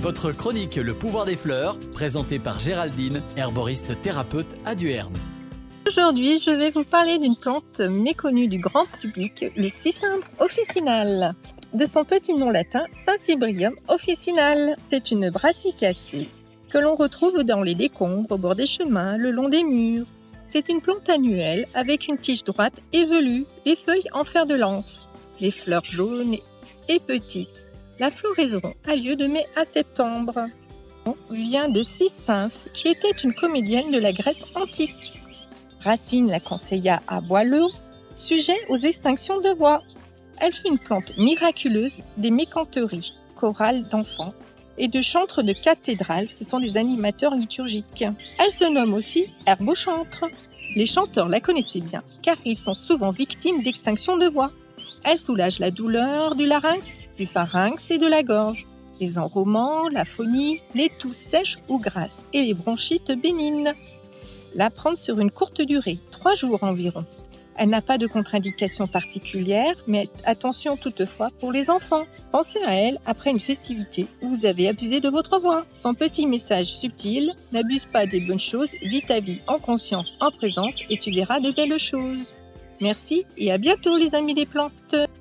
votre chronique Le pouvoir des fleurs, présentée par Géraldine, herboriste thérapeute à Duerne. Aujourd'hui, je vais vous parler d'une plante méconnue du grand public, le Scicimbre officinal. De son petit nom latin, Cincibrium officinal. C'est une brassicacée que l'on retrouve dans les décombres, au bord des chemins, le long des murs. C'est une plante annuelle avec une tige droite et velue, les feuilles en fer de lance, les fleurs jaunes et petites. La floraison a lieu de mai à septembre. On vient de Sisymphe, qui était une comédienne de la Grèce antique. Racine la conseilla à Boileau, sujet aux extinctions de voix. Elle fut une plante miraculeuse des mécanteries, chorales d'enfants, et de chantres de cathédrales, ce sont des animateurs liturgiques. Elle se nomme aussi herbe au chantre. Les chanteurs la connaissaient bien, car ils sont souvent victimes d'extinction de voix. Elle soulage la douleur du larynx, du pharynx et de la gorge, les enrouements, la phonie, les toux sèches ou grasses et les bronchites bénignes. La prendre sur une courte durée, 3 jours environ. Elle n'a pas de contre-indication particulière, mais attention toutefois pour les enfants. Pensez à elle après une festivité où vous avez abusé de votre voix. Son petit message subtil, n'abuse pas des bonnes choses, vis ta vie en conscience, en présence et tu verras de belles choses. Merci et à bientôt les amis des plantes.